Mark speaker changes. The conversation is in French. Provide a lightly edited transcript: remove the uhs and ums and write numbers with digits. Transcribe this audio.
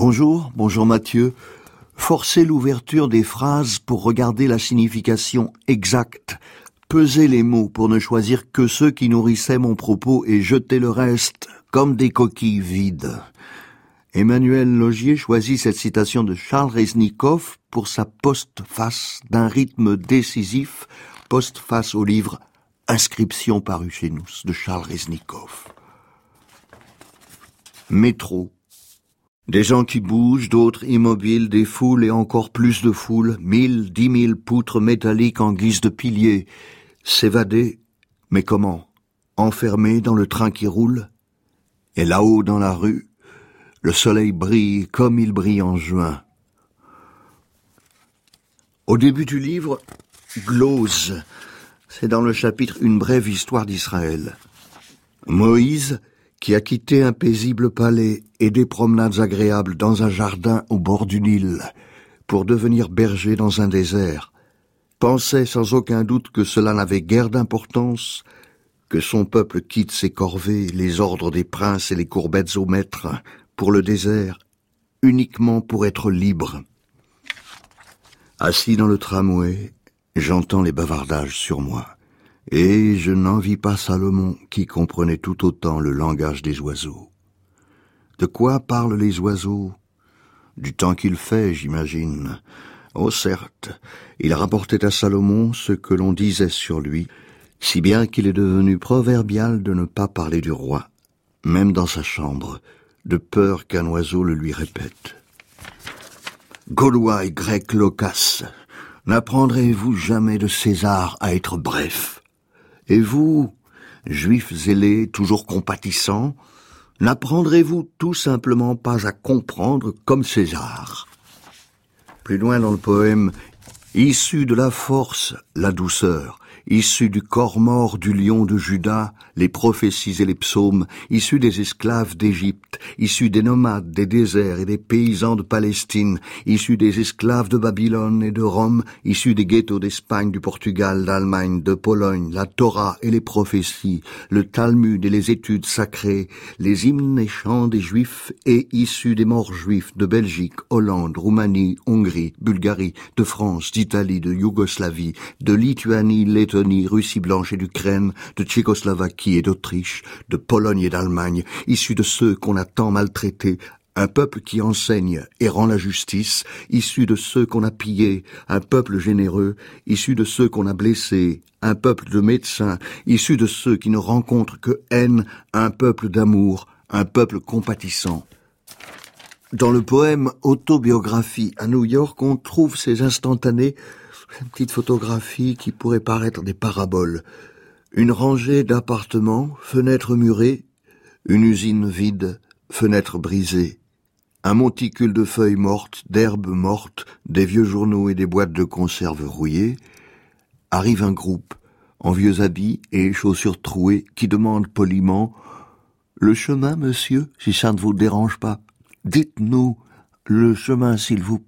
Speaker 1: Bonjour Mathieu. Forcez l'ouverture des phrases pour regarder la signification exacte. Pesez les mots pour ne choisir que ceux qui nourrissaient mon propos et jeter le reste comme des coquilles vides. Emmanuel Laugier choisit cette citation de Charles Reznikov pour sa postface d'un rythme décisif, postface au livre Inscription paru chez nous de Charles Reznikov. Métro. Des gens qui bougent, d'autres immobiles, des foules et encore plus de foules, 1000, 10 000 poutres métalliques en guise de piliers. S'évader, mais comment? Enfermé dans le train qui roule? Et là-haut dans la rue, le soleil brille comme il brille en juin. Au début du livre, glose. C'est dans le chapitre Une brève histoire d'Israël. Moïse, qui a quitté un paisible palais et des promenades agréables dans un jardin au bord du Nil, pour devenir berger dans un désert, pensait sans aucun doute que cela n'avait guère d'importance, que son peuple quitte ses corvées, les ordres des princes et les courbettes au maître, pour le désert, uniquement pour être libre. Assis dans le tramway, j'entends les bavardages sur moi. Et je n'envie pas Salomon, qui comprenait tout autant le langage des oiseaux. De quoi parlent les oiseaux? Du temps qu'il fait, j'imagine. Oh certes, il rapportait à Salomon ce que l'on disait sur lui, si bien qu'il est devenu proverbial de ne pas parler du roi, même dans sa chambre, de peur qu'un oiseau le lui répète. Gaulois et Grecs loquaces, n'apprendrez-vous jamais de César à être bref? Et vous, juifs zélés, toujours compatissants, n'apprendrez-vous tout simplement pas à comprendre comme César? Plus loin dans le poème, issu de la force, la douceur, issu du corps mort du lion de Juda, les prophéties et les psaumes, issus des esclaves d'Égypte, issus des nomades des déserts et des paysans de Palestine, issus des esclaves de Babylone et de Rome, issus des ghettos d'Espagne, du Portugal, d'Allemagne, de Pologne, la Torah et les prophéties, le Talmud et les études sacrées, les hymnes et chants des Juifs et issus des morts juifs de Belgique, Hollande, Roumanie, Hongrie, Bulgarie, de France, d'Italie, de Yougoslavie, de Lituanie, Lettonie, Russie blanche et d'Ukraine, de Tchécoslovaquie et d'Autriche, de Pologne et d'Allemagne, issus de ceux qu'on a tant maltraités, un peuple qui enseigne et rend la justice, issu de ceux qu'on a pillés, un peuple généreux, issu de ceux qu'on a blessés, un peuple de médecins, issu de ceux qui ne rencontrent que haine, un peuple d'amour, un peuple compatissant. Dans le poème Autobiographie à New York, on trouve ces instantanés, une petite photographie qui pourrait paraître des paraboles. Une rangée d'appartements, fenêtres murées, une usine vide, fenêtres brisées. Un monticule de feuilles mortes, d'herbes mortes, des vieux journaux et des boîtes de conserve rouillées. Arrive un groupe, en vieux habits et chaussures trouées, qui demande poliment « Le chemin, monsieur, si ça ne vous dérange pas. Dites-nous le chemin, s'il vous plaît. »